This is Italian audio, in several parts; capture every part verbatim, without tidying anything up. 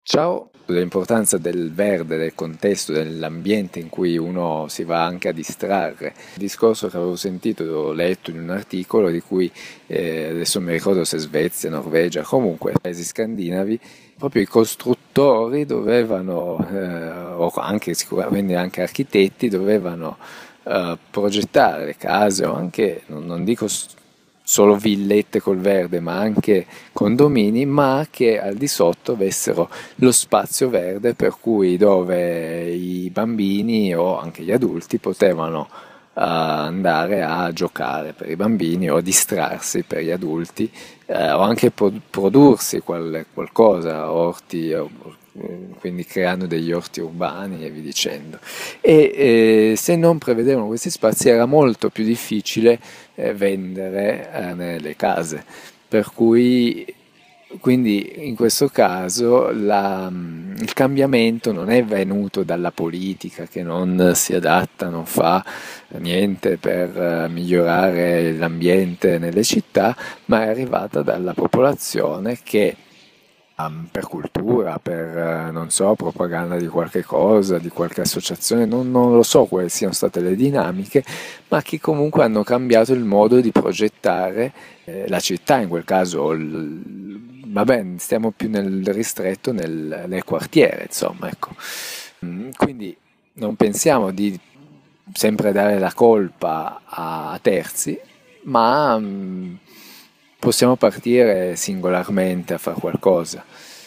Ciao, dell'importanza del verde, del contesto, dell'ambiente in cui uno si va anche a distrarre. Il discorso che avevo sentito, ho letto in un articolo di cui eh, adesso mi ricordo se Svezia, Norvegia, comunque paesi scandinavi, proprio i costruttori dovevano, eh, o anche sicuramente anche architetti, dovevano eh, progettare le case o anche, non, non dico solo villette col verde, ma anche condomini, ma che al di sotto avessero lo spazio verde per cui dove i bambini o anche gli adulti potevano uh, andare a giocare per i bambini o distrarsi per gli adulti eh, o anche pro- prodursi qual- qualcosa, orti, o- quindi creando degli orti urbani e via dicendo. E eh, se non prevedevano questi spazi era molto più difficile eh, vendere eh, nelle case, per cui quindi in questo caso la, il cambiamento non è venuto dalla politica che non si adatta, non fa niente per eh, migliorare l'ambiente nelle città, ma è arrivata dalla popolazione che um, per cultura, per eh, non so, propaganda di qualche cosa, di qualche associazione, non, non lo so quali siano state le dinamiche, ma che comunque hanno cambiato il modo di progettare eh, la città, in quel caso, il, vabbè, stiamo più nel ristretto nel, nel quartiere, insomma, ecco. Mm, Quindi non pensiamo di sempre dare la colpa a terzi, ma mm, possiamo partire singolarmente a fare qualcosa.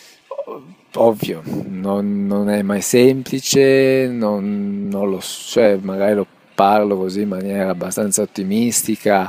Ovvio, non, non è mai semplice, non, non lo so, cioè magari lo parlo così in maniera abbastanza ottimistica,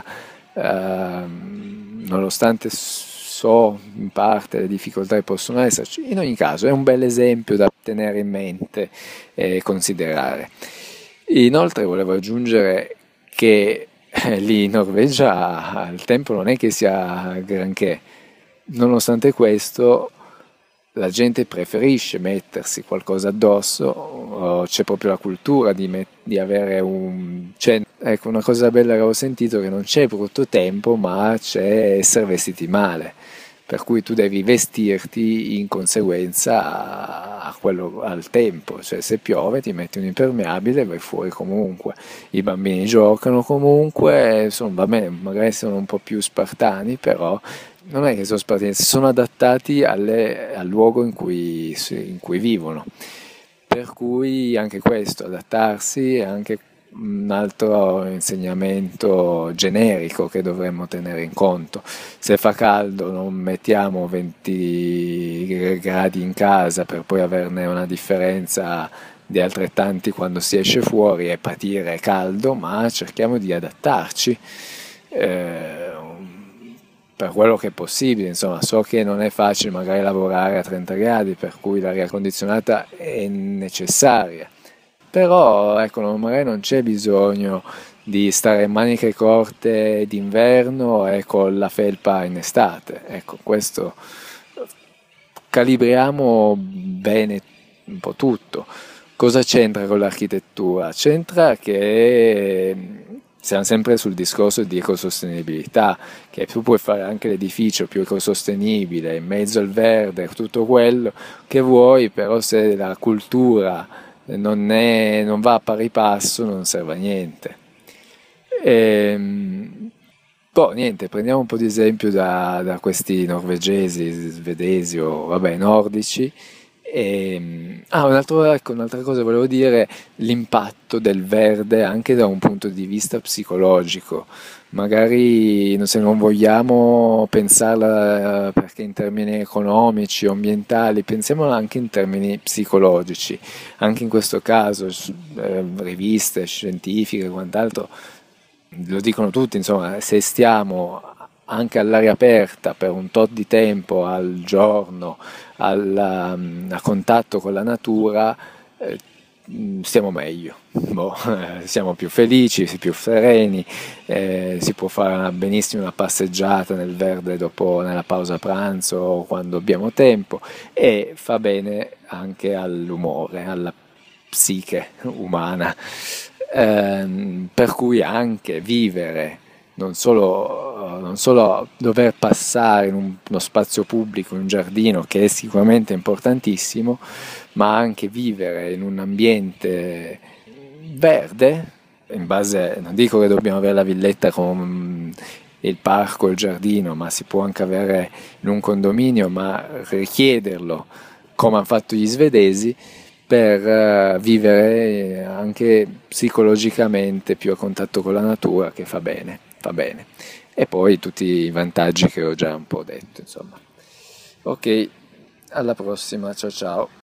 ehm, nonostante so in parte le difficoltà che possono esserci. In ogni caso è un bel esempio da tenere in mente e considerare. Inoltre volevo aggiungere che eh, lì in Norvegia il tempo non è che sia granché, nonostante questo la gente preferisce mettersi qualcosa addosso, o c'è proprio la cultura di, met- di avere un... C'è, ecco, una cosa bella che avevo sentito che non c'è brutto tempo, ma c'è essere vestiti male, per cui tu devi vestirti in conseguenza a quello, al tempo, cioè se piove ti metti un impermeabile e vai fuori comunque, i bambini giocano comunque, insomma, vabbè, magari sono un po' più spartani, però non è che sono spartiti, si sono adattati alle- al luogo in cui, in cui vivono. Per cui anche questo, adattarsi, è anche un altro insegnamento generico che dovremmo tenere in conto. Se fa caldo non mettiamo venti gradi in casa per poi averne una differenza di altrettanti quando si esce fuori e patire caldo, ma cerchiamo di adattarci. Eh, per quello che è possibile, insomma, so che non è facile magari lavorare a trenta gradi, per cui l'aria condizionata è necessaria, però ecco, magari non c'è bisogno di stare in maniche corte d'inverno e con la felpa in estate, ecco, questo calibriamo bene un po' tutto. Cosa c'entra con l'architettura? C'entra che siamo sempre sul discorso di ecosostenibilità, che tu puoi fare anche l'edificio più ecosostenibile, in mezzo al verde, tutto quello che vuoi, però se la cultura non, è, non va a pari passo non serve a niente. Ehm, Boh, niente, prendiamo un po' di esempio da, da questi norvegesi, svedesi o vabbè, nordici. E, ah, un altro- ecco, un'altra cosa volevo dire, l'impatto del verde anche da un punto di vista psicologico. Magari no- se non vogliamo pensarla eh, perché in termini economici o ambientali, pensiamola anche in termini psicologici. Anche in questo caso, s- eh, riviste scientifiche e quant'altro lo dicono tutti, insomma, se stiamo anche all'aria aperta per un tot di tempo al giorno, al, um, a contatto con la natura, eh, stiamo meglio. Boh, eh, siamo più felici, più sereni, eh, si può fare una- benissimo una passeggiata nel verde dopo nella pausa pranzo o quando abbiamo tempo e fa bene anche all'umore, alla psiche umana. Ehm, per cui anche vivere non solo non solo dover passare in un, uno spazio pubblico, un giardino, che è sicuramente importantissimo, ma anche vivere in un ambiente verde, in base, non dico che dobbiamo avere la villetta con il parco, il giardino, ma si può anche avere in un condominio, ma richiederlo, come hanno fatto gli svedesi, per uh, vivere anche psicologicamente più a contatto con la natura, che fa bene, fa bene. E poi tutti i vantaggi che ho già un po' detto, insomma. Ok, alla prossima, ciao ciao.